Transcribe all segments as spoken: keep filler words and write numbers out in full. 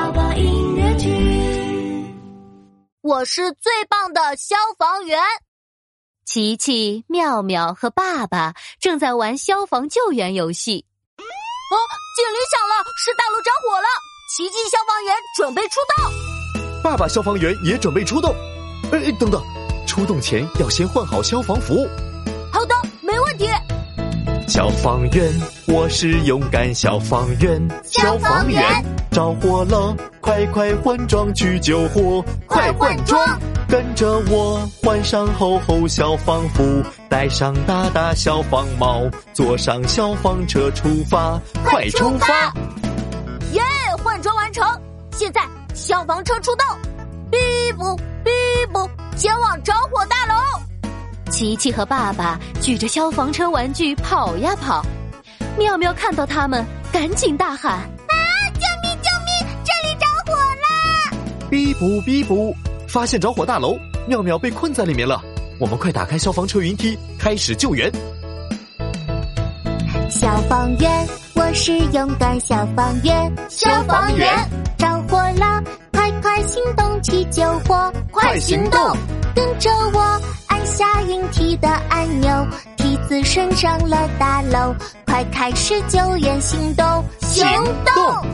宝宝音乐剧。 我是最棒的消防员。琪琪、妙妙和爸爸正在玩消防救援游戏。哦，警铃响了，是大楼着火了！奇迹消防员准备出动。 爸爸消防员也准备出动。哎，等等，出动前要先换好消防服。 好的，没问题。 消防员，我是勇敢消防员。 消防员， 着火了，快快换装去救火， 快换装！ 跟着我，换上厚厚消防服，戴上大大消防帽，坐上消防车出发， 快出发！耶，换装完成！现在消防车出动，哔啵哔啵，前往着火大楼。琪琪和爸爸举着消防车玩具跑呀跑，妙妙看到他们，赶紧大喊：啊！救命救命！这里着火啦！ 哔啵哔啵，发现着火大楼，妙妙被困在里面了。我们快打开消防车云梯，开始救援。 消防员，我是勇敢消防员。 消防员， 着火了，快快行动去救火， 快行动！ 跟着我，按下云梯的按钮，梯子升上了大楼，快开始救援行动！ 行动！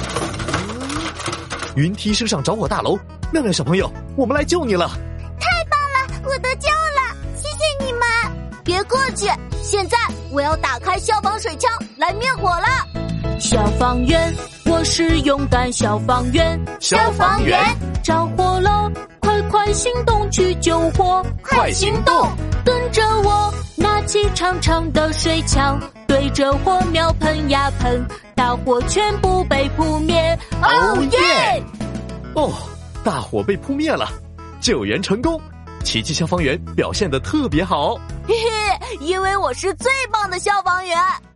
云梯升上着火大楼，妙妙小朋友，我们来救你了！ 太棒了，我得救了，谢谢你们！ 别客气，现在我要打开消防水枪来灭火了。 消防员，我是勇敢消防员。 消防员， 着火了，快快行动去救火， 快行动！ 跟着我，拿起长长的水枪，对着火苗喷呀喷，大火全部被扑灭。 哦耶！ 哦，大火被扑灭了，救援成功！奇迹消防员表现得特别好。 嘿嘿，因为我是最棒的消防员。